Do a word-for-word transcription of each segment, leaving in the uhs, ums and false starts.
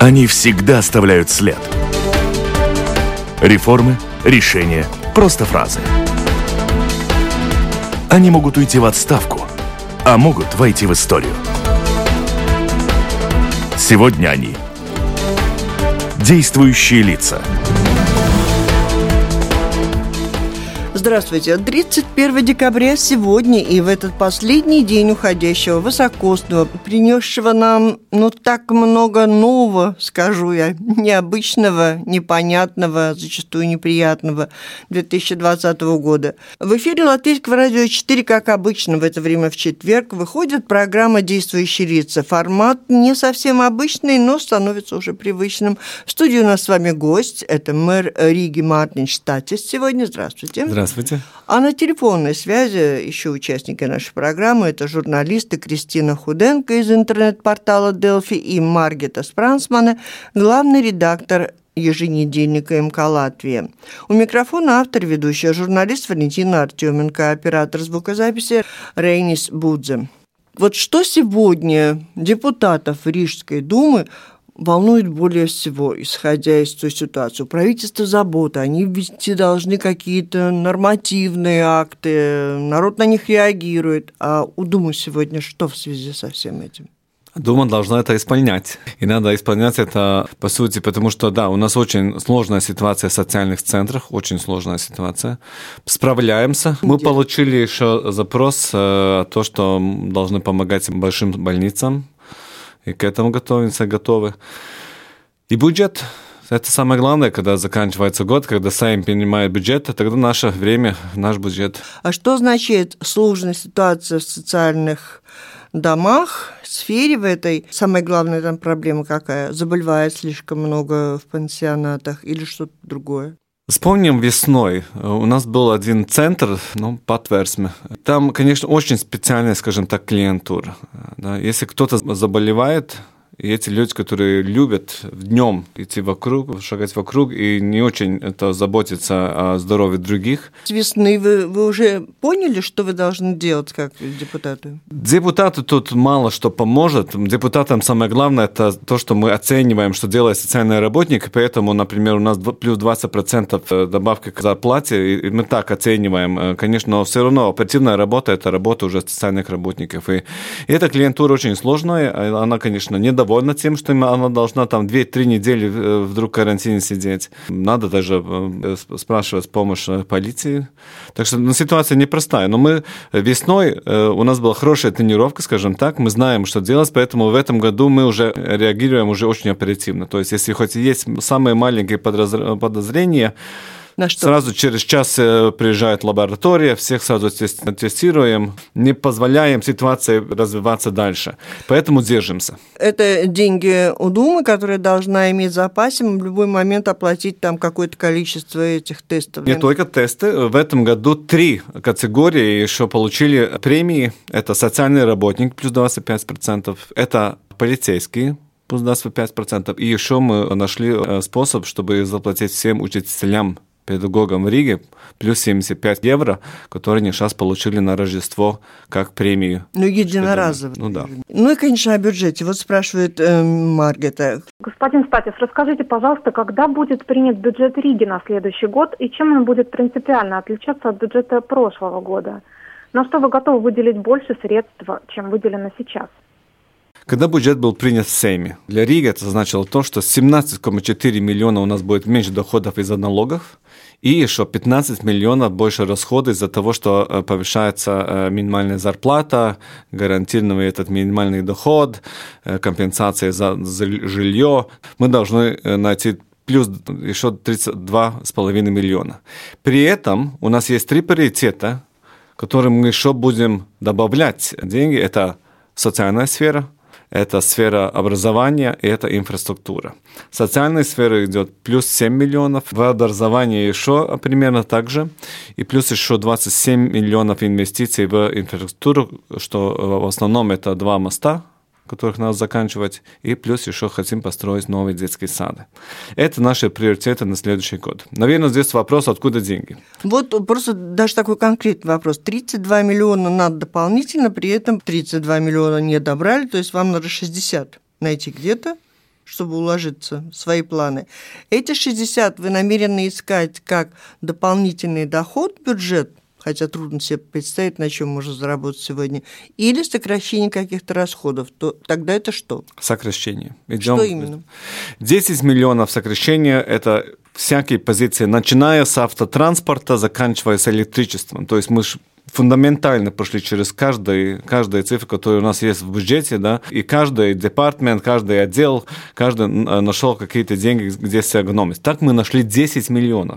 Они всегда оставляют след. Реформы, решения, просто фразы. Они могут уйти в отставку, а могут войти в историю. Сегодня они – действующие лица. Здравствуйте. тридцать первого декабря сегодня и в этот последний день уходящего высокосного, принесшего нам, ну, так много нового, скажу я, необычного, непонятного, зачастую неприятного две тысячи двадцатого года. В эфире Латвийского радио четыре, как обычно, в это время в четверг выходит программа «Действующие лица». Формат не совсем обычный, но становится уже привычным. В студии у нас с вами гость, это мэр Риги Мārtiņš Stāķis сегодня. Здравствуйте. Здравствуйте. А на телефонной связи еще участники нашей программы – это журналисты Кристина Худенко из интернет-портала Delfi и Маргита Спрансмане, главный редактор еженедельника эм ка Латвия. У микрофона автор, ведущая журналист Валентина Артеменко, оператор звукозаписи Рейнис Будзе. Вот что сегодня депутатов Рижской думы волнует более всего, исходя из той ситуации? У правительства забота, они ввести должны какие-то нормативные акты, народ на них реагирует. А у Думы сегодня что в связи со всем этим? Дума должна это исполнять. И надо исполнять это, по сути, потому что, да, у нас очень сложная ситуация в социальных центрах, очень сложная ситуация. Справляемся. Мы Где? получили еще запрос, то, что должны помогать большим больницам. И к этому готовимся, готовы. И бюджет – это самое главное, когда заканчивается год, когда Сейм принимает бюджет, тогда наше время, наш бюджет. А что значит сложная ситуация в социальных домах, сфере в этой? Самая главная там проблема какая? Заболевает слишком много в пансионатах или что-то другое? Вспомним весной. У нас был один центр, ну, Патверсме. Там, конечно, очень специальная, скажем так, клиентура. Да. Если кто-то заболевает, и эти люди, которые любят днем идти вокруг, шагать вокруг и не очень это заботиться о здоровье других. С весны вы, вы уже поняли, что вы должны делать как депутаты? Депутату тут мало что поможет. Депутатам самое главное – это то, что мы оцениваем, что делает социальный работник. Поэтому, например, у нас плюс двадцать процентов добавки к зарплате, и мы так оцениваем. Конечно, но все равно оперативная работа – это работа уже социальных работников. И, и эта клиентура очень сложная. Она, конечно, недовольна тем, что она должна там две-три недели вдруг в карантине сидеть. Надо даже спрашивать помощь полиции. Так что ну, ситуация непростая. Но мы весной, у нас была хорошая тренировка, скажем так, мы знаем, что делать, поэтому в этом году мы уже реагируем уже очень оперативно. То есть, если хоть есть самые маленькие подозрения, сразу через час приезжает лаборатория, всех сразу тестируем, не позволяем ситуации развиваться дальше. Поэтому держимся. Это деньги у Думы, которая должна иметь в запасе, в любой момент оплатить там какое-то количество этих тестов. Не только тесты. В этом году три категории еще получили премии. Это социальный работник, плюс двадцать пять процентов. Это полицейские, плюс двадцать пять процентов. И еще мы нашли способ, чтобы заплатить всем учителям, педагогам в Риге плюс семьдесят пять евро, которые они сейчас получили на Рождество как премию. Ну, единоразово. Ну, да. Ну и, конечно, о бюджете. Вот спрашивает э, Маргита. Господин Статис, расскажите, пожалуйста, когда будет принят бюджет Риги на следующий год и чем он будет принципиально отличаться от бюджета прошлого года? На что вы готовы выделить больше средств, чем выделено сейчас? Когда бюджет был принят в Сейме, для Риги это значило то, что семнадцать целых четыре десятых миллиона у нас будет меньше доходов из-за налогов, и еще пятнадцать миллионов больше расходов из-за того, что повышается минимальная зарплата, гарантированный этот минимальный доход, компенсация за жилье. Мы должны найти плюс еще тридцать два целых пять десятых миллиона. При этом у нас есть три приоритета, которым мы еще будем добавлять деньги. Это социальная сфера, это сфера образования и это инфраструктура. В социальной сфере идет плюс семь миллионов, в образовании еще примерно так же, и плюс еще двадцать семь миллионов инвестиций в инфраструктуру, что в основном это два моста, которых надо заканчивать, и плюс еще хотим построить новые детские сады. Это наши приоритеты на следующий год. Наверное, здесь вопрос, откуда деньги. Вот просто даже такой конкретный вопрос. тридцать два миллиона надо дополнительно, при этом тридцать два миллиона не добрали, то есть вам надо шестьдесят найти где-то. чтобы уложиться в свои планы. Эти шестьдесят вы намерены искать как дополнительный доход в бюджет, хотя трудно себе представить, на чем можно заработать сегодня, или сокращение каких-то расходов, то тогда это что? Сокращение. Идем. Что именно? десять миллионов сокращения – это всякие позиции, начиная с автотранспорта, заканчивая с электричеством. То есть мы фундаментально прошли через каждый, каждую цифру, которая у нас есть в бюджете, да, и каждый департамент, каждый отдел, каждый нашел какие-то деньги, где сэкономить. Так мы нашли десять миллионов.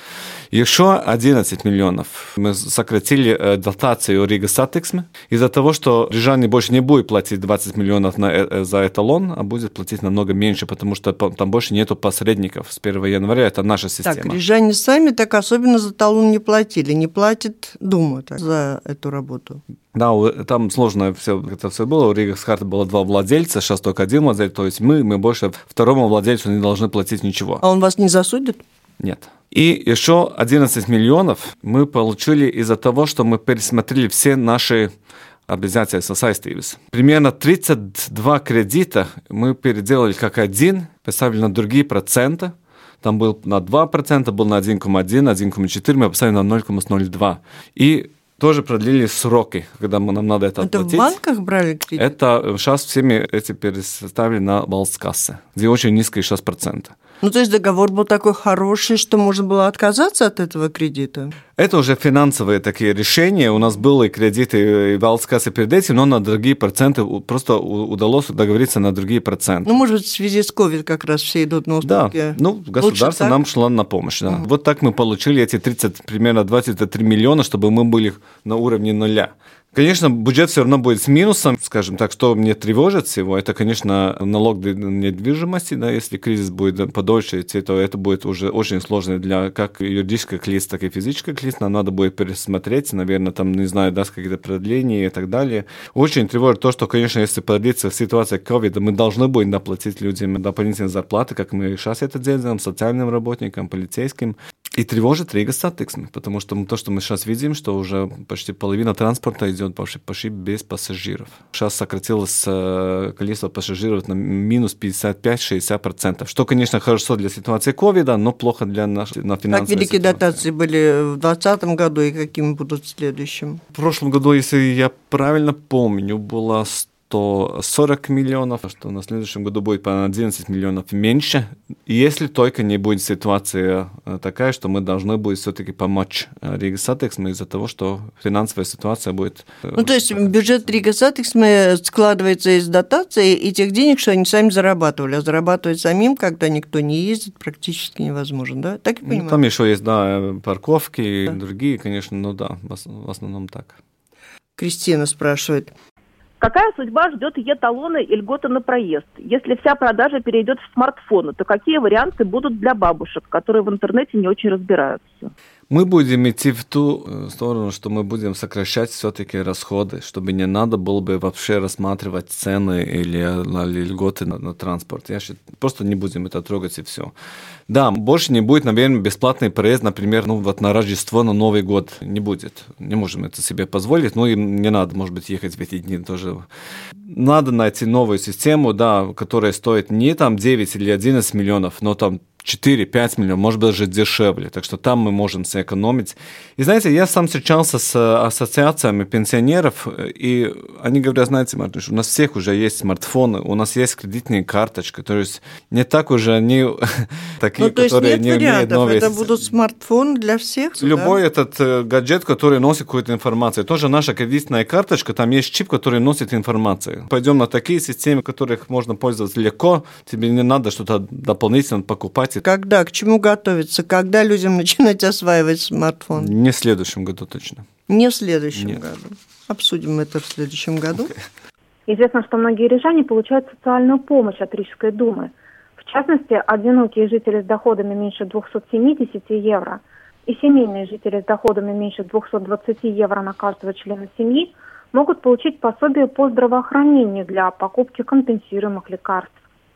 Еще одиннадцать миллионов мы сократили дотацию Рига Сатексме из-за того, что рижане больше не будет платить двадцать миллионов на, за эталон, а будет платить намного меньше, потому что там больше нету посредников. С первого января это наша система. Так, рижане сами так особенно за талон не платили, не платит Дума так, за эту работу. Да, там сложно все, это все было. У Рига Схарта было два владельца, сейчас только один владелец, то есть мы, мы больше второму владельцу не должны платить ничего. А он вас не засудит? Нет. И еще одиннадцать миллионов мы получили из-за того, что мы пересмотрели все наши обязательства, saistības. Примерно тридцать два кредита мы переделали как один, поставили на другие проценты. Там был на два процента, был на один целых один, один целых четыре, мы поставили на ноль целых ноль два. И тоже продлили сроки, когда мы, нам надо это отплатить. Это в банках брали кредит? Это сейчас всеми эти переставили на Валдскассе, где очень низкие сейчас проценты. Ну, то есть договор был такой хороший, что можно было отказаться от этого кредита? Это уже финансовые такие решения. У нас были кредиты в Валдскассе перед этим, но на другие проценты просто удалось договориться на другие проценты. Ну, может быть, в связи с ковид как раз все идут на уступки. Да, ну, государство нам шло на помощь. Да. Mm. Вот так мы получили эти тридцать, примерно двадцать три миллиона, чтобы мы были на уровне нуля. Конечно, бюджет все равно будет с минусом, скажем так, что мне тревожит всего, это, конечно, налог недвижимости, да, если кризис будет подольше идти, то это будет уже очень сложно для как юридических лиц, так и физических лиц, нам надо будет пересмотреть, наверное, там, не знаю, даст какие-то продления и так далее. Очень тревожит то, что, конечно, если продлится ситуация ковида, мы должны будем доплатить людям дополнительные зарплаты, как мы сейчас это делаем, социальным работникам, полицейским. И тревожит Рига Сатексме, потому что то, что мы сейчас видим, что уже почти половина транспорта идет почти, почти без пассажиров. Сейчас сократилось количество пассажиров на минус пятьдесят пять - шестьдесят процентов, что, конечно, хорошо для ситуации ковида, но плохо для нашей на финансовой Как великие ситуации. дотации были в двадцатом году и какими будут в следующем? В прошлом году, если я правильно помню, было сто сорок миллионов, что на следующем году будет по одиннадцать миллионов меньше, если только не будет ситуация такая, что мы должны будем все-таки помочь Рига Сатексме из-за того, что финансовая ситуация будет... Ну, то есть бюджет Рига Сатексме складывается из дотаций и тех денег, что они сами зарабатывали, а зарабатывать самим, когда никто не ездит, практически невозможно, да? Так я понимаю? Ну, там еще есть, да, парковки и да. другие, конечно, ну да, в основном так. Кристина спрашивает. Какая судьба ждет е-талоны и льготы на проезд? Если вся продажа перейдет в смартфоны, то какие варианты будут для бабушек, которые в интернете не очень разбираются? Мы будем идти в ту сторону, что мы будем сокращать все-таки расходы, чтобы не надо было бы вообще рассматривать цены или, или льготы на, на транспорт. Я считаю, просто не будем это трогать и все. Да, больше не будет, наверное, бесплатный проезд, например, ну вот на Рождество, на Новый год не будет. Не можем это себе позволить, ну и не надо, может быть, ехать в эти дни тоже. Надо найти новую систему, да, которая стоит не там девять или одиннадцать миллионов, но там четыре-пять миллионов, может быть, даже дешевле. Так что там мы можем сэкономить. И знаете, я сам встречался с ассоциациями пенсионеров, и они говорят, знаете, Мартин, у нас всех уже есть смартфоны, у нас есть кредитные карточки, то есть не так уже они такие, ну, то есть которые нет не умеют новые... Это будут смартфоны для всех? Любой да? этот э, гаджет, который носит какую-то информацию. Тоже наша кредитная карточка, там есть чип, который носит информацию. Пойдем на такие системы, которых можно пользоваться легко, тебе не надо что-то дополнительно покупать. Когда, к чему готовиться? Когда людям начинать осваивать смартфон? Не в следующем году точно. Не в следующем Нет. году. Обсудим это в следующем году. Okay. Известно, что многие рижане получают социальную помощь от Рижской думы. В частности, одинокие жители с доходами меньше двести семьдесят евро и семейные жители с доходами меньше двести двадцать евро на каждого члена семьи могут получить пособие по здравоохранению для покупки компенсируемых лекарств.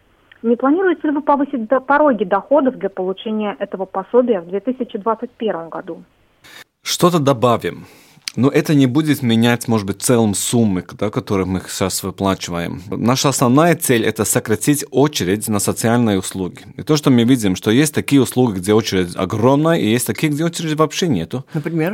Не планируете ли вы повысить пороги доходов для получения этого пособия в две тысячи двадцать первом году? Что-то добавим. Но это не будет менять, может быть, целым суммы, да, которые мы сейчас выплачиваем. Наша основная цель – это сократить очередь на социальные услуги. И то, что мы видим, что есть такие услуги, где очередь огромная, и есть такие, где очереди вообще нету. Например?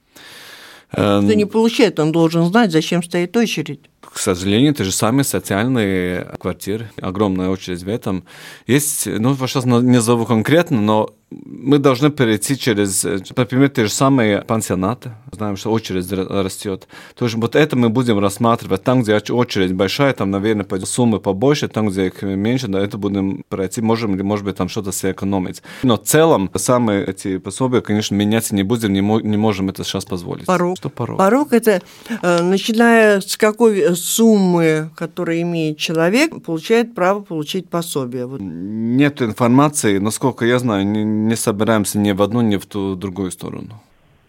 Кто не получает, он должен знать, зачем стоит очередь. К сожалению, те же самые социальные квартиры, огромная очередь в этом. Есть, ну, сейчас не назову конкретно, но мы должны перейти через, например, те же самые пансионаты. Знаем, что очередь растет. То есть вот это мы будем рассматривать. Там, где очередь большая, там, наверное, суммы побольше, там, где их меньше, да, это будем пройти. Можем ли, может быть, там что-то сэкономить. Но в целом, самые эти пособия, конечно, менять не будем, не, мо- не можем это сейчас позволить. Порог. Что порог? Порог – это э, начиная с какой суммы, которую имеет человек, получает право получить пособие. Вот. Нет информации, насколько я знаю, не, не собираемся ни в одну, ни в ту другую сторону.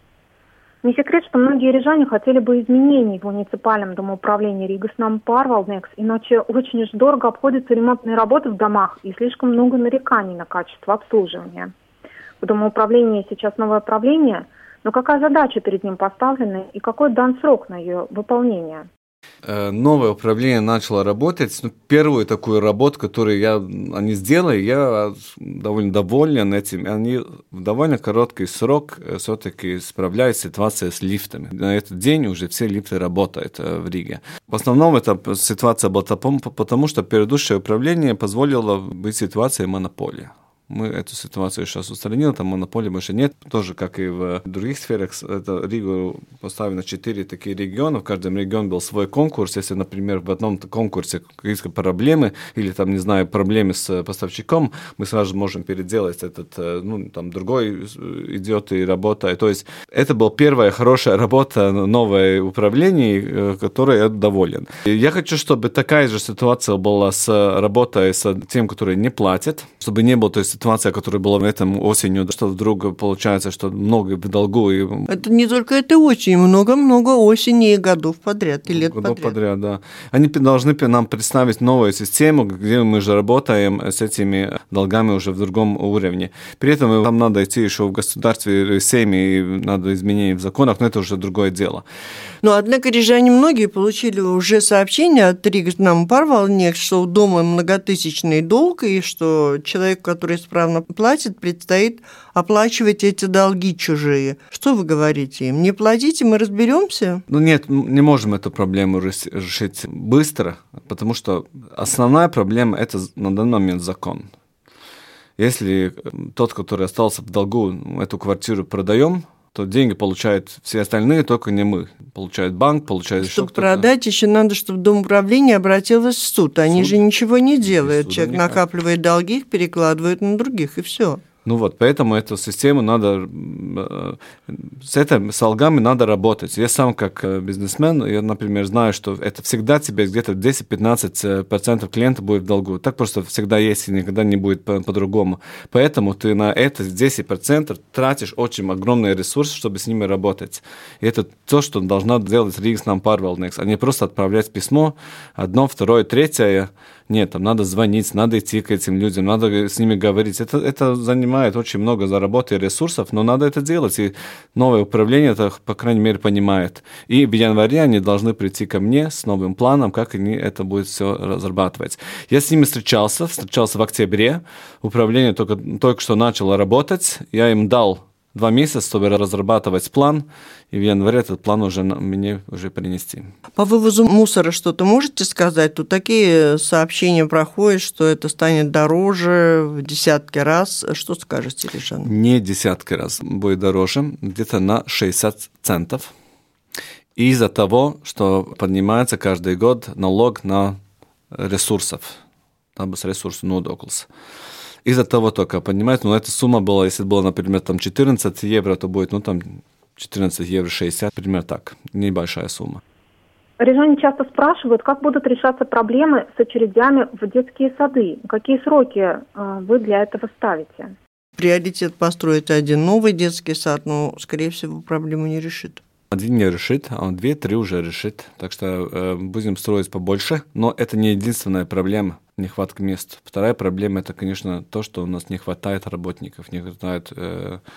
Не секрет, что многие рижане хотели бы изменений в муниципальном домоуправлении Риgas Nama Pārvaldnieks, иначе очень уж дорого обходятся ремонтные работы в домах и слишком много нареканий на качество обслуживания. В домоуправлении сейчас новое правление, но какая задача перед ним поставлена и какой дан срок на ее выполнение? Новое управление начало работать. Ну, первую такую работу, которую я, они сделали, я довольно доволен этим. Они в довольно короткий срок все-таки справляют с ситуацией с лифтами. На этот день уже все лифты работают в Риге. В основном эта ситуация была потому, что предыдущее управление позволило быть ситуацией монополии. Мы эту ситуацию сейчас устранили, там монополии больше нет. Тоже, как и в других сферах, это Ригу поставлено четыре такие региона. В каждом регионе был свой конкурс. Если, например, в одном конкурсе какие-то проблемы или, там, не знаю, проблемы с поставщиком, мы сразу можем переделать этот, ну, там, другой идет и работает. То есть это была первая хорошая работа, новое управление, которой я доволен. И я хочу, чтобы такая же ситуация была с работой с тем, которые не платят, чтобы не было, то есть, ситуация, которая была в этом осенью, что вдруг получается, что много в долгу. И... Это не только это осень, много-много осеней и годов подряд, и лет годов подряд. подряд, да. Они должны нам представить новую систему, где мы же работаем с этими долгами уже в другом уровне. При этом нам надо идти еще в государстве, в Сейме, и надо изменения в законах, но это уже другое дело. Но, однако, рижане многие получили уже сообщение от Риgas Nama Pārvaldnieks, что у дома многотысячный долг, и что человек, который исправно платит, предстоит оплачивать эти долги чужие. Что вы говорите им? Не платите, мы разберемся? Ну нет, не можем эту проблему решить быстро, потому что основная проблема – это на данный момент закон. Если тот, который остался в долгу, эту квартиру продаем, то деньги получают все остальные, только не мы. Получает банк, получает еще чтобы кто-то. Чтобы продать, еще надо, чтобы Домуправление обратилось в суд. Они суд? же ничего не делают. Человек никак. накапливает долги, их перекладывает на других, и все. Ну вот, поэтому эту систему надо, с этим, с долгами надо работать. Я сам как бизнесмен, я, например, знаю, что это всегда тебе где-то десять-пятнадцать процентов клиентов будет в долгу. Так просто всегда есть и никогда не будет по- по-другому. Поэтому ты на это десять процентов тратишь очень огромные ресурсы, чтобы с ними работать. И это то, что должна делать Риgas Nama Pārvaldnieks, а не просто отправлять письмо, одно, второе, третье. Нет, там надо звонить, надо идти к этим людям, надо с ними говорить. Это, это занимает очень много заработки и ресурсов, но надо это делать. И новое управление это, по крайней мере, понимает. И в январе они должны прийти ко мне с новым планом, как они это будут все разрабатывать. Я с ними встречался, встречался в октябре. Управление только, только что начало работать. Я им дал два месяца, чтобы разрабатывать план, и в январе этот план уже мне уже принести. По вывозу мусора что-то можете сказать? Тут такие сообщения проходят, что это станет дороже в десятки раз. Что скажете, рижане? Не десятки раз будет дороже, где-то на шестьдесят центов. Из-за того, что поднимается каждый год налог на ресурсов. Там с ресурсов нодоклс. Из-за того только, понимаете, ну, эта сумма была, если было, например, там четырнадцать евро, то будет, ну, там, четырнадцать евро шестьдесят, примерно так, небольшая сумма. Рижане часто спрашивают, как будут решаться проблемы с очередями в детские сады, какие сроки вы для этого ставите? Приоритет построить один новый детский сад, но, скорее всего, проблему не решит. Один не решит, а две-три уже решит. Так что э, будем строить побольше. Но это не единственная проблема, нехватка мест. Вторая проблема – это, конечно, то, что у нас не хватает работников, не хватает э,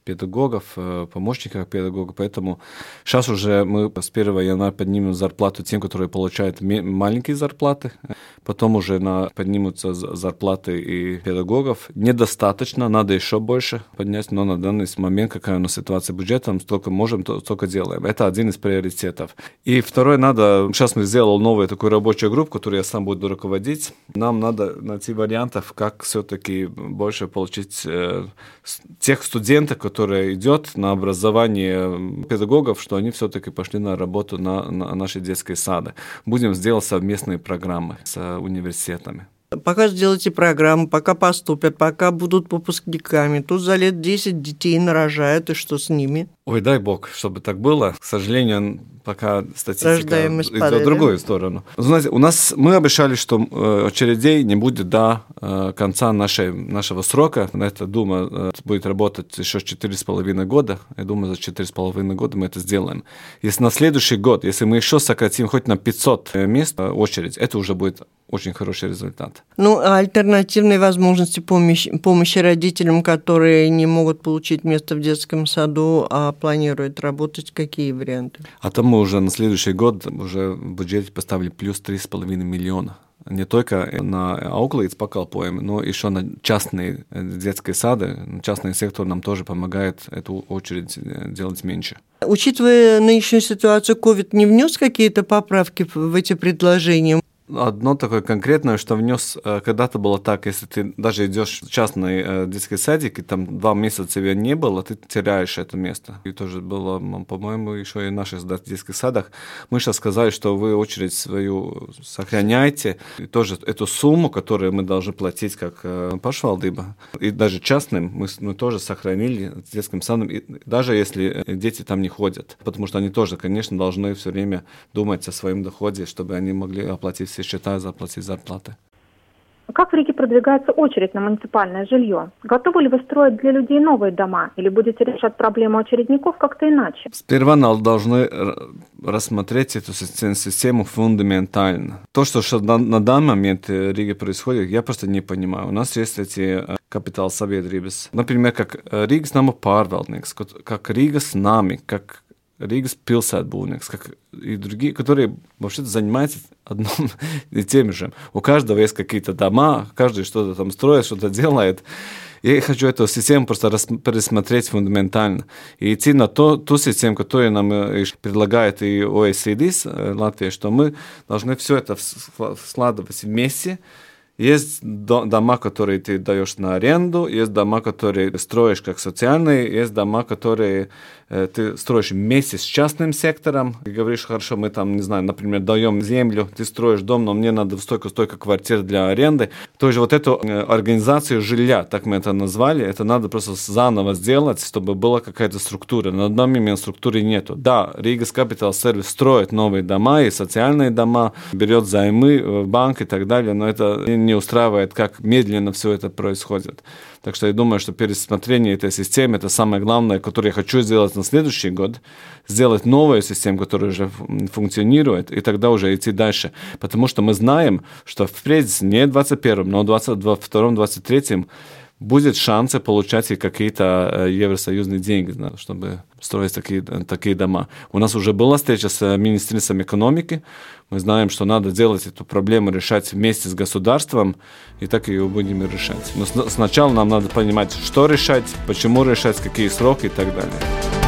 педагогов, помощников педагогов, поэтому сейчас уже мы с первого января поднимем зарплату тем, которые получают маленькие зарплаты, потом уже на, поднимутся зарплаты и педагогов. Недостаточно, надо еще больше поднять, но на данный момент, какая у нас ситуация с бюджетом, столько можем, столько делаем. Это один из приоритетов. И второе, надо, сейчас мы сделали новую такую рабочую группу, которую я сам буду руководить. Нам надо найти вариантов, как все-таки больше получить э, тех студентов, которые идут на образование педагогов, что они все-таки пошли на работу на, на наши детские сады. Будем сделать совместные программы с университетами. Пока сделайте программу, пока поступят, пока будут выпускниками. Тут за лет десять детей нарожают, и что с ними? Ой, дай бог, чтобы так было. К сожалению, пока статистика идет в другую да? сторону. Знаете, у нас мы обещали, что очередей не будет до конца нашей, нашего срока. Эта дума будет работать еще четыре с половиной года. Я думаю, за четыре с половиной года мы это сделаем. Если на следующий год, если мы еще сократим хоть на пятьсот мест очередь, это уже будет очень хороший результат. Ну, а альтернативные возможности помощи, помощи родителям, которые не могут получить место в детском саду, а планируют работать, какие варианты? А там мы уже на следующий год уже в бюджете поставили плюс три с половиной миллиона. Не только на auklītes pakalpojumu, но еще на частные детские сады. Частный сектор нам тоже помогает эту очередь делать меньше. Учитывая нынешнюю ситуацию, ковид не внес какие-то поправки в эти предложения? Одно такое конкретное, что внес, когда-то было так, если ты даже идешь в частный детский садик, и там два месяца тебя не было, ты теряешь это место. И тоже было, по-моему, еще и в наших детских садах. Мы сейчас сказали, что вы очередь свою сохраняйте, и тоже эту сумму, которую мы должны платить как пашвалдыба, и даже частным мы, мы тоже сохранили с детским садом, и даже если дети там не ходят, потому что они тоже, конечно, должны все время думать о своем доходе, чтобы они могли оплатить все счета, заплатить зарплаты. Как в Риге продвигается очередь на муниципальное жилье? Готовы ли вы строить для людей новые дома? Или будете решать проблему очередников как-то иначе? Сперва мы должны рассмотреть эту систему фундаментально. То, что на данный момент в Риге происходит, я просто не понимаю. У нас есть эти капитал sabiedrības. Например, как Риgas nama pārvaldnieks, как Рига с нами, как Риgas pilsētbūvnieks, как и другие, которые вообще-то занимаются одним и тем же. У каждого есть какие-то дома, каждый что-то там строит, что-то делает. Я хочу эту систему просто пересмотреть фундаментально и идти на то, ту систему, которую нам предлагает и о и си ди Латвия, что мы должны все это складывать вместе. Есть дома, которые ты даешь на аренду, есть дома, которые ты строишь как социальные, есть дома, которые э, ты строишь вместе с частным сектором. Ты говоришь, хорошо, мы там, не знаю, например, даем землю, ты строишь дом, но мне надо столько-столько квартир для аренды. То есть вот эту э, организацию жилья, так мы это назвали, это надо просто заново сделать, чтобы была какая-то структура. На данный момент структуры нету. Да, Риgas Capital Service строит новые дома и социальные дома, берет займы в банк и так далее, но это не устраивает, как медленно все это происходит. Так что я думаю, что пересмотрение этой системы – это самое главное, которое я хочу сделать на следующий год, сделать новую систему, которая уже функционирует, и тогда уже идти дальше. Потому что мы знаем, что впредь не в двадцать первом, но в двадцать втором - двадцать третьем будет шансы получать и какие-то евросоюзные деньги, чтобы строить такие, такие дома. У нас уже была встреча с министром экономики. Мы знаем, что надо делать эту проблему, решать вместе с государством, и так ее будем и решать. Но сначала нам надо понимать, что решать, почему решать, какие сроки и так далее.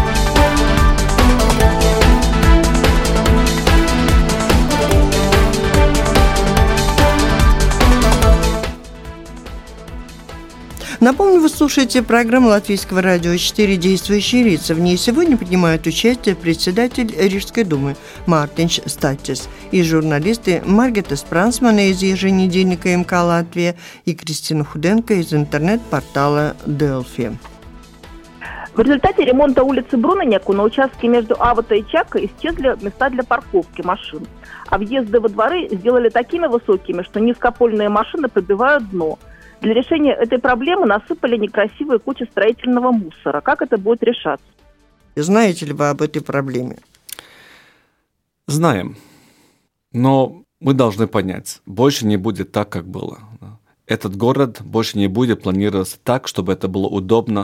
Напомню, вы слушаете программу Латвийского радио четыре «Действующие лица». В ней сегодня принимают участие председатель Рижской думы Мартинš Статис и журналисты Маргита Спрансмане из еженедельника эм ка «Латвия» и Кристина Худенко из интернет-портала Delfi. В результате ремонта улицы Бруненеку на участке между Авото и Чако исчезли места для парковки машин, а въезды во дворы сделали такими высокими, что низкопольные машины пробивают дно. Для решения этой проблемы насыпали некрасивые кучи строительного мусора. Как это будет решаться? Знаете ли вы об этой проблеме? Знаем. Но мы должны понять, больше не будет так, как было. Этот город больше не будет планироваться так, чтобы это было удобно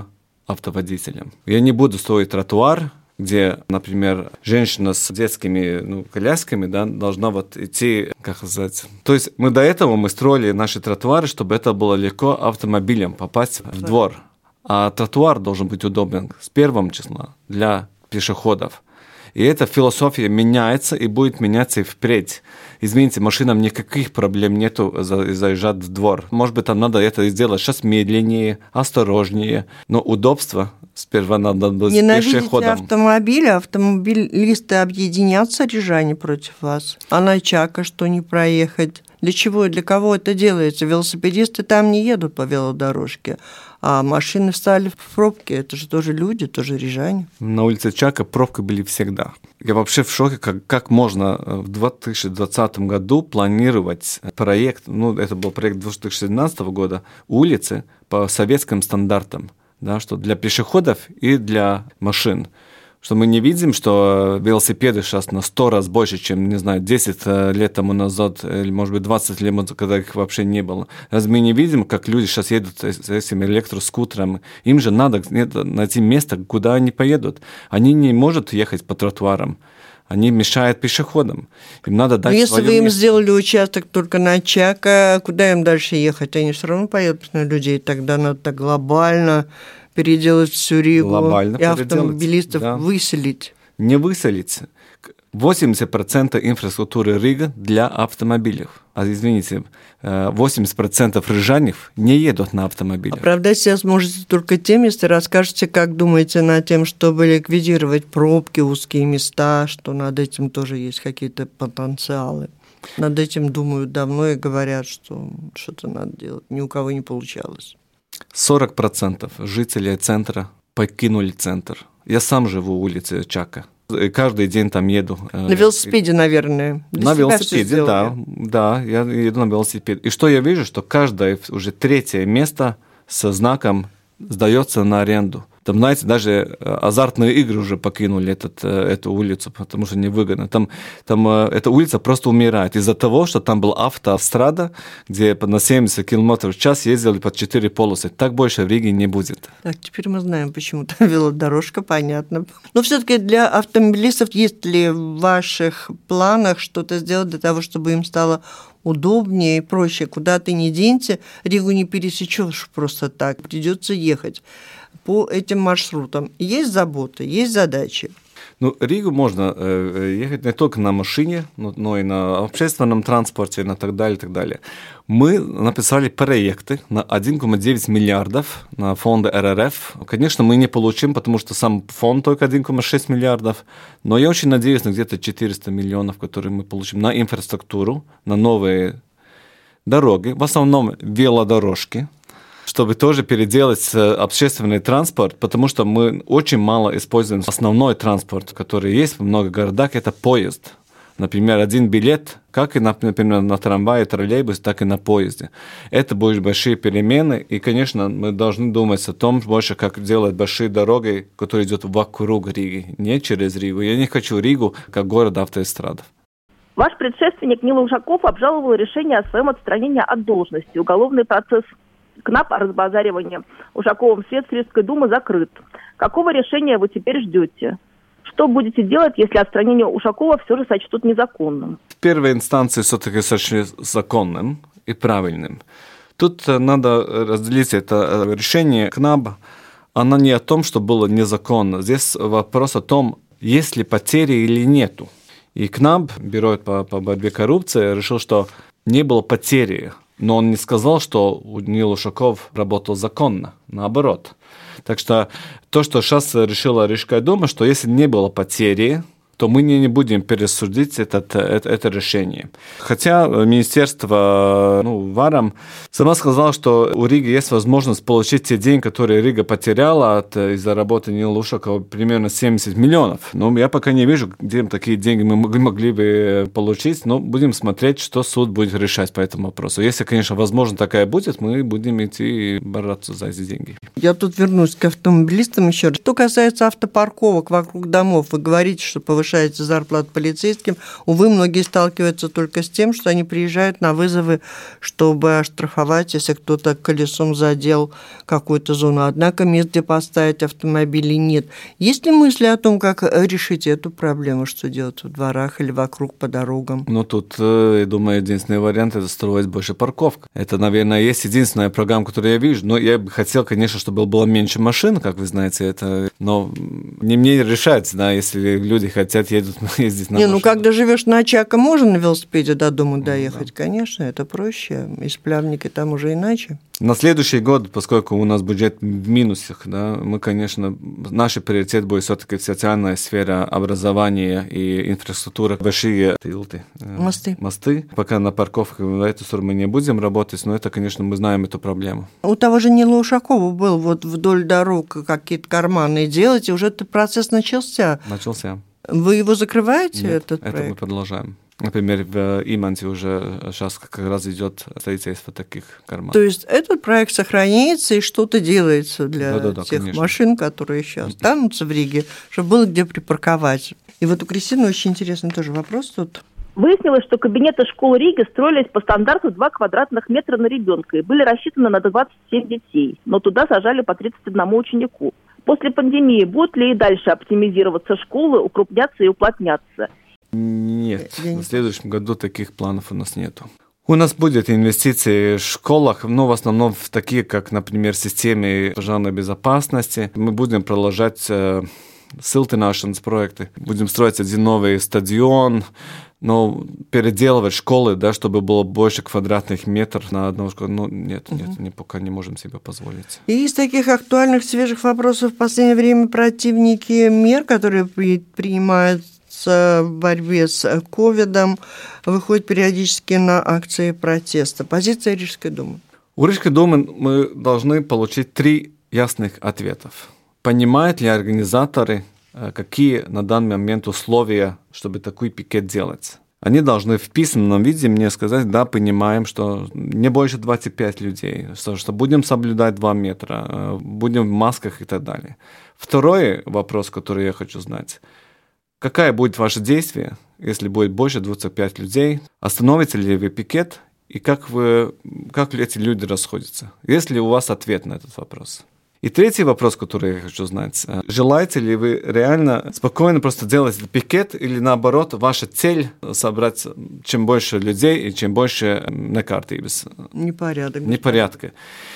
автоводителям. Я не буду строить тротуар, где, например, женщина с детскими ну, колясками да, должна вот идти, как сказать... То есть мы до этого мы строили наши тротуары, чтобы это было легко автомобилем попасть в двор. А тротуар должен быть удобен с первого числа для пешеходов. И эта философия меняется и будет меняться и впредь. Извините, машинам никаких проблем нету заезжать в двор. Может быть, там надо это сделать сейчас медленнее, осторожнее, но удобство сперва надо быть Ненавидите пешеходом. автомобили, автомобилисты объединятся, рижане, против вас. А на Чака что не проехать? Для чего и для кого это делается? Велосипедисты там не едут по велодорожке, а машины встали в пробки. Это же тоже люди, тоже рижане. На улице Чака пробки были всегда. Я вообще в шоке, как, как можно в две тысячи двадцатом году планировать проект, ну, это был проект две тысячи семнадцатого года, улицы по советским стандартам, да, что для пешеходов и для машин. Что мы не видим, что велосипеды сейчас на сто раз больше, чем, не знаю, десять лет тому назад, или, может быть, двадцать лет назад, когда их вообще не было. Разве мы не видим, как люди сейчас едут с этими электроскутерами? Им же надо найти место, куда они поедут. Они не могут ехать по тротуарам. Они мешают пешеходам. Им надо дать Если своё вы им место. сделали участок только на Чака, куда им дальше ехать? Они все равно поедут на людей. Тогда надо так глобально переделать всю Ригу Глобально и автомобилистов да. выселить. Не выселить. восемьдесят процентов инфраструктуры Риги для автомобилей. А извините, восемьдесят процентов рижанев не едут на автомобилях. Оправдать себя сможете только тем, если расскажете, как думаете над тем, чтобы ликвидировать пробки, узкие места, что над этим тоже есть какие-то потенциалы. Над этим думают давно и говорят, что что-то надо делать. Ни у кого не получалось. сорок процентов жителей центра покинули центр. Я сам живу в улице Чака. Каждый день там еду. На велосипеде, наверное. На велосипеде, да. Да, я еду на велосипеде. И что я вижу, что каждое уже третье место со знаком сдается на аренду. Там, знаете, даже азартные игры уже покинули этот, эту улицу, потому что невыгодно. Там, там эта улица просто умирает из-за того, что там была автострада, где на семьдесят километров в час ездили под четыре полосы. Так больше в Риге не будет. Так, теперь мы знаем, почему там велодорожка, понятно. Но все-таки для автомобилистов есть ли в ваших планах что-то сделать для того, чтобы им стало удобнее и проще? Куда ты не денься, Ригу не пересечешь просто так, придется ехать по этим маршрутам. Есть заботы, есть задачи. Ну, Ригу можно э, ехать не только на машине, но, но и на общественном транспорте, и на так далее, так далее. Мы написали проекты на один целых девять миллиардов на фонды эр эр эф. Конечно, мы не получим, потому что сам фонд только один целых шесть миллиардов, но я очень надеюсь на где-то четыреста миллионов, которые мы получим на инфраструктуру, на новые дороги, в основном велодорожки, чтобы тоже переделать общественный транспорт, потому что мы очень мало используем основной транспорт, который есть в многих городах, это поезд. Например, один билет, как и, например, на трамвае, троллейбусе, так и на поезде. Это будут большие перемены, и, конечно, мы должны думать о том, больше, как делать большие дороги, которые идут вокруг Риги, не через Ригу. Я не хочу Ригу как город автоэстрадов. Ваш предшественник Нил Ушаков обжаловал решение о своем отстранении от должности. Уголовный процесс КНАП о разбазаривании Ушаковым средств Рижской думы закрыт. Какого решения вы теперь ждете? Что будете делать, если отстранение Ушакова все же сочтут незаконным? В первой инстанции все-таки сочли законным и правильным. Тут надо разделить это решение КНАП. Оно не о том, что было незаконно. Здесь вопрос о том, есть ли потери или нету. И КНАП, бюро по, по борьбе с коррупцией, решил, что не было потери. Но он не сказал, что Нил Ушаков работал законно, наоборот. Так что то, что сейчас решила Рижская дума, что если не было потери, то мы не будем пересудить этот, это, это решение. Хотя министерство ну, ВАРом сама сказала, что у Риги есть возможность получить те деньги, которые Рига потеряла от, из-за работы Нила Ушакова, примерно семьдесят миллионов. Но я пока не вижу, где такие деньги мы могли бы получить, но будем смотреть, что суд будет решать по этому вопросу. Если, конечно, возможно такая будет, мы будем идти бороться за эти деньги. Я тут вернусь к автомобилистам еще раз. Что касается автопарковок вокруг домов, вы говорите, что повышение повышаете зарплату полицейским. Увы, многие сталкиваются только с тем, что они приезжают на вызовы, чтобы оштрафовать, если кто-то колесом задел какую-то зону. Однако мест, где поставить автомобили, нет. Есть ли мысли о том, как решить эту проблему, что делать в дворах или вокруг по дорогам? Ну, тут, я думаю, единственный вариант – это строить больше парковок. Это, наверное, есть единственная программа, которую я вижу. Но я бы хотел, конечно, чтобы было меньше машин, как вы знаете, это... Но не мне решать, да, если люди хотят едут, ездить на Не, машине. ну, когда живешь на Очака, можно на велосипеде до дома доехать, да. Конечно, это проще. Из Плявники там уже иначе. На следующий год, поскольку у нас бюджет в минусах, да, мы, конечно, наш приоритет будет все-таки социальная сфера образования и инфраструктура, большие тылты, мосты. мосты. Пока на парковках в эту сторону мы не будем работать, но это, конечно, мы знаем эту проблему. У того же Нила Ушакова был вот вдоль дорог какие-то карманы делать, и уже этот процесс начался. Начался. Вы его закрываете, Нет, этот это проект? мы продолжаем. Например, в Иманте уже сейчас как раз идет строительство таких карманов. То есть этот проект сохраняется и что-то делается для да, да, да, тех конечно. машин, которые сейчас останутся в Риге, чтобы было где припарковать. И вот у Кристины очень интересный тоже вопрос тут. Выяснилось, что кабинеты школ Риги строились по стандарту два квадратных метра на ребенка и были рассчитаны на двадцать семь детей, но туда сажали по тридцать одному ученику. После пандемии будут ли и дальше оптимизироваться школы, укрупняться и уплотняться? Нет, в следующем году таких планов у нас нету. У нас будет инвестиции в школах, но в основном в такие, как, например, в системе пожарной безопасности. Мы будем продолжать э, siltināšanas проекты. Будем строить один новый стадион, но переделывать школы, да, чтобы было больше квадратных метров на одну школу. Ну, нет, нет, угу. не, пока не можем себе позволить. И из таких актуальных, свежих вопросов в последнее время противники мер, которые при, принимают в борьбе с ковидом, выходит периодически на акции протеста. Позиция Рижской думы. У Рижской думы мы должны получить три ясных ответов. Понимают ли организаторы, какие на данный момент условия, чтобы такой пикет делать? Они должны в письменном виде мне сказать, да, понимаем, что не больше двадцати пяти людей, что, что будем соблюдать два метра, будем в масках и так далее. Второй вопрос, который я хочу знать. Какое будет ваше действие, если будет больше двадцати пяти людей? Остановите ли вы пикет? И как, вы, как эти люди расходятся? Есть ли у вас ответ на этот вопрос? И третий вопрос, который я хочу знать. Желаете ли вы реально спокойно просто делать пикет? Или наоборот, ваша цель собрать чем больше людей и чем больше некартības? Непорядок. Непорядка.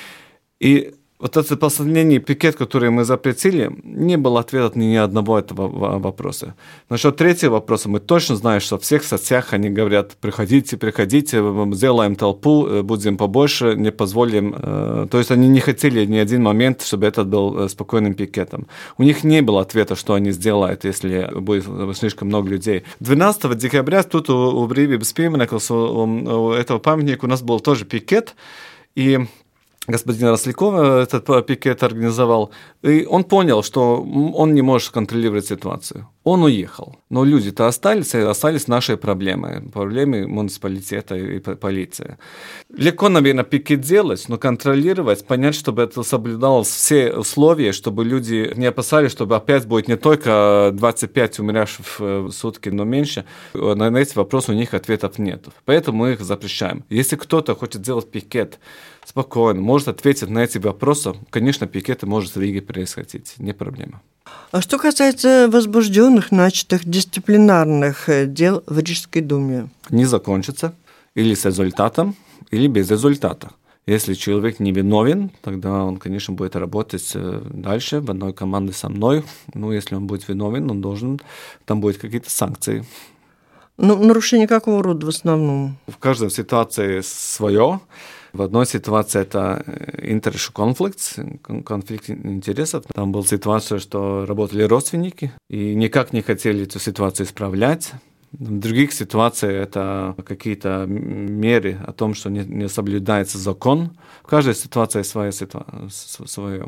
И вот этот последний пикет, который мы запретили, не был ответа ни одного этого вопроса. Насчет третьего вопроса мы точно знаем, что в всех соцсетях они говорят, приходите, приходите, сделаем толпу, будем побольше, не позволим. То есть они не хотели ни один момент, чтобы это был спокойным пикетом. У них не было ответа, что они сделают, если будет слишком много людей. двенадцатого декабря тут у Brīvības piemineklis, у этого памятника у нас был тоже пикет, и господин Росляков этот пикет организовал, и он понял, что он не может контролировать ситуацию. Он уехал. Но люди-то остались, и остались наши проблемы, проблемы муниципалитета и полиции. Легко, наверное, пикет делать, но контролировать, понять, чтобы это соблюдалось все условия, чтобы люди не опасались, чтобы опять будет не только двадцать пять умерших в сутки, но меньше. На эти вопросы у них ответов нет. Поэтому мы их запрещаем. Если кто-то хочет делать пикет спокойно, может ответить на эти вопросы, конечно, пикеты может в Риге происходить, не проблема. А что касается возбужденных, начатых дисциплинарных дел в Рижской думе? Не закончится или с результатом, или без результата. Если человек не виновен, тогда он, конечно, будет работать дальше в одной команде со мной. Ну, если он будет виновен, он должен, там будут какие-то санкции. Ну, нарушение какого рода в основном? В каждой ситуации свое. В одной ситуации это интересный конфликт, конфликт интересов. Там была ситуация, что работали родственники и никак не хотели эту ситуацию исправлять. В других ситуациях это какие-то меры о том, что не, не соблюдается закон. В каждой ситуации своя ситуация, свое.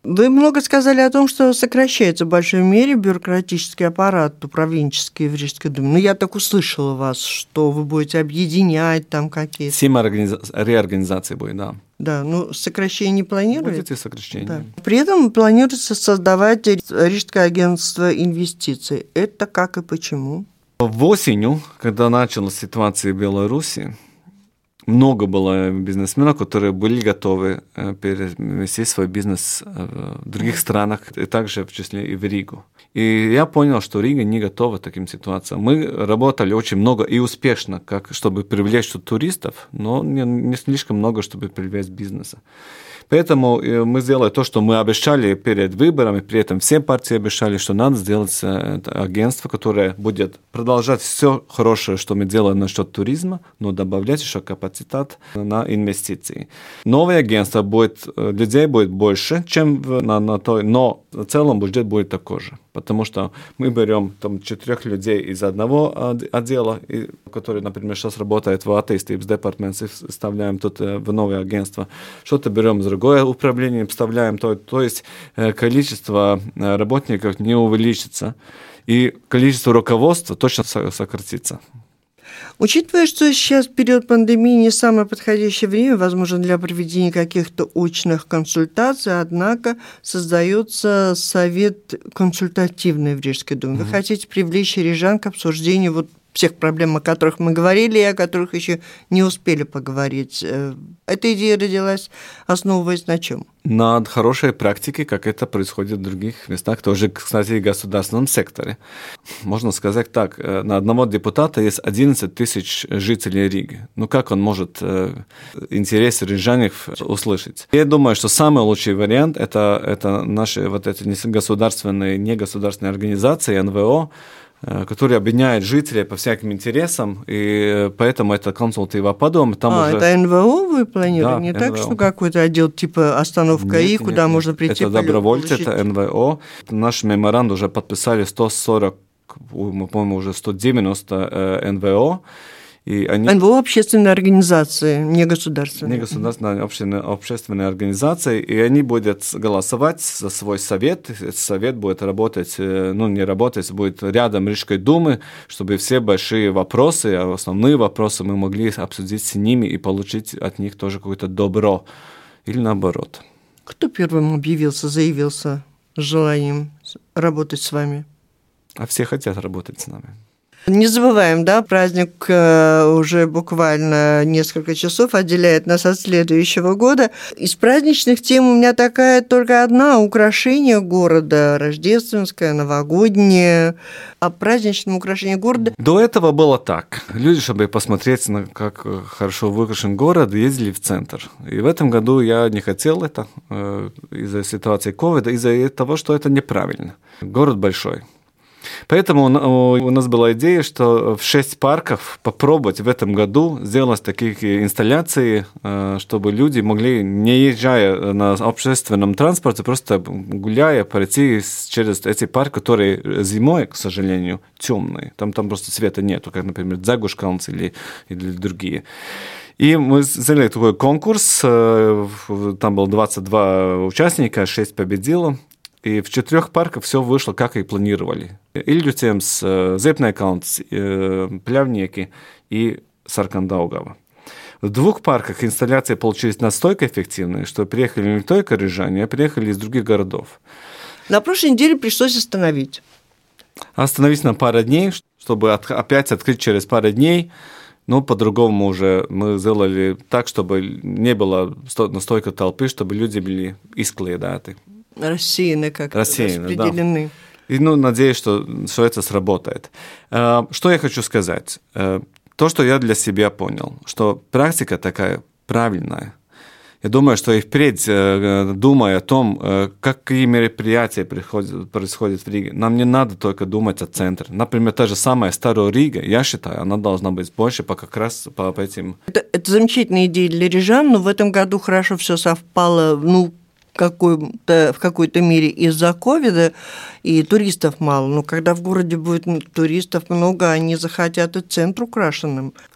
Вы много сказали о том, что сокращается в большой мере бюрократический аппарат управленческий в Рижской думе. Но я так услышала вас, что вы будете объединять там какие-то... Семь организа... реорганизаций будет, да. Да, ну сокращение не планируется? Будет и сокращение. Да. При этом планируется создавать Рижское агентство инвестиций. Это как и почему? В осенью, когда началась ситуация в Беларуси, много было бизнесменов, которые были готовы перевести свой бизнес в других странах, и также в числе и в Ригу. И я понял, что Рига не готова к таким ситуациям. Мы работали очень много и успешно, как, чтобы привлечь туристов, но не, не слишком много, чтобы привлечь бизнеса. Поэтому мы сделали то, что мы обещали перед выборами, при этом все партии обещали, что надо сделать агентство, которое будет продолжать все хорошее, что мы делаем насчет туризма, но добавлять еще капацитет на инвестиции. Новое агентство будет, людей будет больше, чем на, на той, но в целом бюджет будет такой же. Потому что мы берем там четырех людей из одного отдела, который, например, сейчас работает в attīstības департаменте, вставляем тут в новое агентство, что-то берем из другое управление, вставляем, то, то есть количество работников не увеличится, и количество руководства точно сократится. Учитывая, что сейчас период пандемии не самое подходящее время, возможно, для проведения каких-то очных консультаций, однако создается совет консультативный в Рижской думе. Вы mm-hmm. хотите привлечь рижан к обсуждению вот всех проблем, о которых мы говорили, и о которых еще не успели поговорить. Эта идея родилась, основываясь на чем? На хорошей практике, как это происходит в других местах, тоже, кстати, в государственном секторе. Можно сказать так, на одного депутата есть одиннадцать тысяч жителей Риги. Ну как он может интересы рижанов услышать? Я думаю, что самый лучший вариант это, это наши вот эти государственные, негосударственные организации, эн вэ о, который объединяет жителей по всяким интересам, и поэтому это консультативный подъем. Там а, уже... это эн вэ о вы планируете? Да, не эн вэ о. Так, что какой-то отдел типа остановка нет, И, куда нет, можно нет. прийти? Это добровольцы, получить... это эн вэ о. Наш меморандум уже подписали сто сорок, мы, по-моему, уже сто девяносто эн вэ о. И они... эн вэ о – общественные организации, не государственные. Не государственные, общественные, общественные организации, и они будут голосовать за свой совет. Этот совет будет работать, ну не работать, будет рядом Рижской думы, чтобы все большие вопросы, основные вопросы мы могли обсудить с ними и получить от них тоже какое-то добро. Или наоборот. Кто первым объявился, заявился с желанием работать с вами? А все хотят работать с нами. Не забываем, да, праздник уже буквально несколько часов отделяет нас от следующего года. Из праздничных тем у меня такая только одна – украшение города, рождественское, новогоднее. А праздничном украшении города... До этого было так. Люди, чтобы посмотреть, на как хорошо выкрашен город, ездили в центр. И в этом году я не хотел это из-за ситуации ковида, из-за того, что это неправильно. Город большой. Поэтому у нас была идея, что в шесть парков попробовать в этом году сделать такие инсталляции, чтобы люди могли, не езжая на общественном транспорте, просто гуляя, пройти через эти парки, которые зимой, к сожалению, темные. Там, там просто света нету, как, например, Дзагушкалнс или, или другие. И мы сделали такой конкурс, там было двадцать два участника, шесть победило. И в четырех парках все вышло, как и планировали. Ильдюцемс, Зепнайкалнс, Плявники и Саркандаугава. В двух парках инсталляции получились настолько эффективные, что приехали не только рижане, а приехали из других городов. На прошлой неделе пришлось остановить. Остановить на пару дней, чтобы от, опять открыть через пару дней. Но по-другому уже мы сделали так, чтобы не было настолько толпы, чтобы люди были исклеидаты. Рассеяны как-то, Рассеяны, распределены. Да. И ну, надеюсь, что, что это сработает. Что я хочу сказать? То, что я для себя понял, что практика такая правильная. Я думаю, что и впредь, думая о том, какие мероприятия происходят в Риге, нам не надо только думать о центре. Например, та же самая Старая Рига, я считаю, она должна быть больше по как раз по, по этим... Это, это замечательная идея для рижан, но в этом году хорошо все совпало, ну, какой-то, в какой-то мере из-за ковида, и туристов мало. Но когда в городе будет туристов много, они захотят и центр украшенным.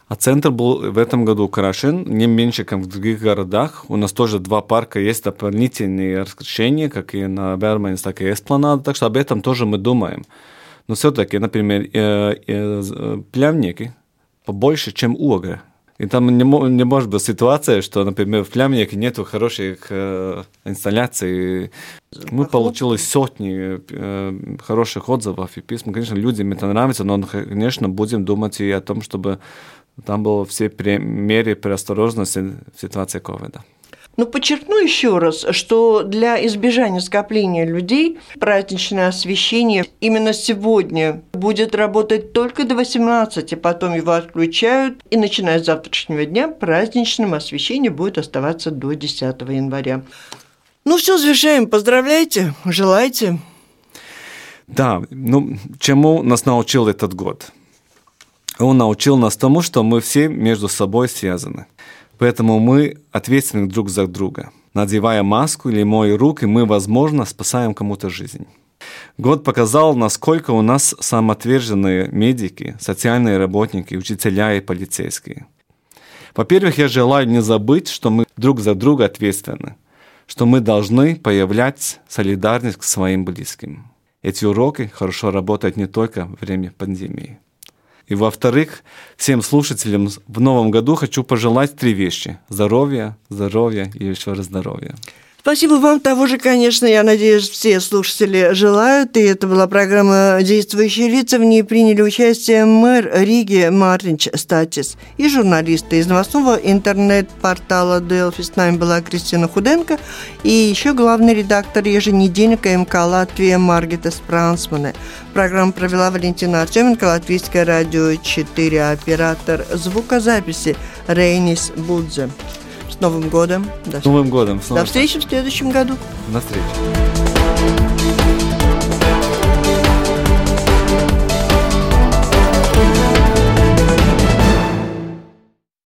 А центр был в этом году украшен не меньше, как в других городах. У нас тоже два парка есть дополнительные раскрашения, как и на Берманс, так и Эспланада, так что об этом тоже мы думаем. Но все-таки, например, э, э, плявники побольше, чем у Огра. И там не, не может быть ситуация, что, например, в Плявнике нету хороших э, инсталляций. Мы получили сотни э, хороших отзывов и писем. Конечно, людям это нравится, но, конечно, будем думать и о том, чтобы там было все меры предосторожности в ситуации ковида. Ну, подчеркну еще раз, что для избежания скопления людей праздничное освещение именно сегодня будет работать только до восемнадцати, потом его отключают, и начиная с завтрашнего дня праздничным освещение будет оставаться до десятого января. Ну, все, завершаем. Поздравляйте, желайте. Да, ну, чему нас научил этот год? Он научил нас тому, что мы все между собой связаны. Поэтому мы ответственны друг за друга. Надевая маску или моя руки, мы, возможно, спасаем кому-то жизнь. Год показал, насколько у нас самоотверженные медики, социальные работники, учителя и полицейские. Во-первых, я желаю не забыть, что мы друг за друга ответственны, что мы должны проявлять солидарность к своим близким. Эти уроки хорошо работают не только во время пандемии. И, во-вторых, всем слушателям в новом году хочу пожелать три вещи. Здоровья, здоровья и еще раз здоровья. Спасибо вам того же, конечно, я надеюсь, все слушатели желают. И это была программа «Действующие лица». В ней приняли участие мэр Риги Мārtiņš Stāķis и журналисты из новостного интернет-портала Delfi. С нами была Кристина Худенко и еще главный редактор еженедельника эм ка «Латвия» Маргита Спрансмане. Программу провела Валентина Артеменко, Латвийское радио четыре, оператор звукозаписи Рейнис Будзе. С Новым годом. С Новым годом. До встречи в следующем году. До встречи.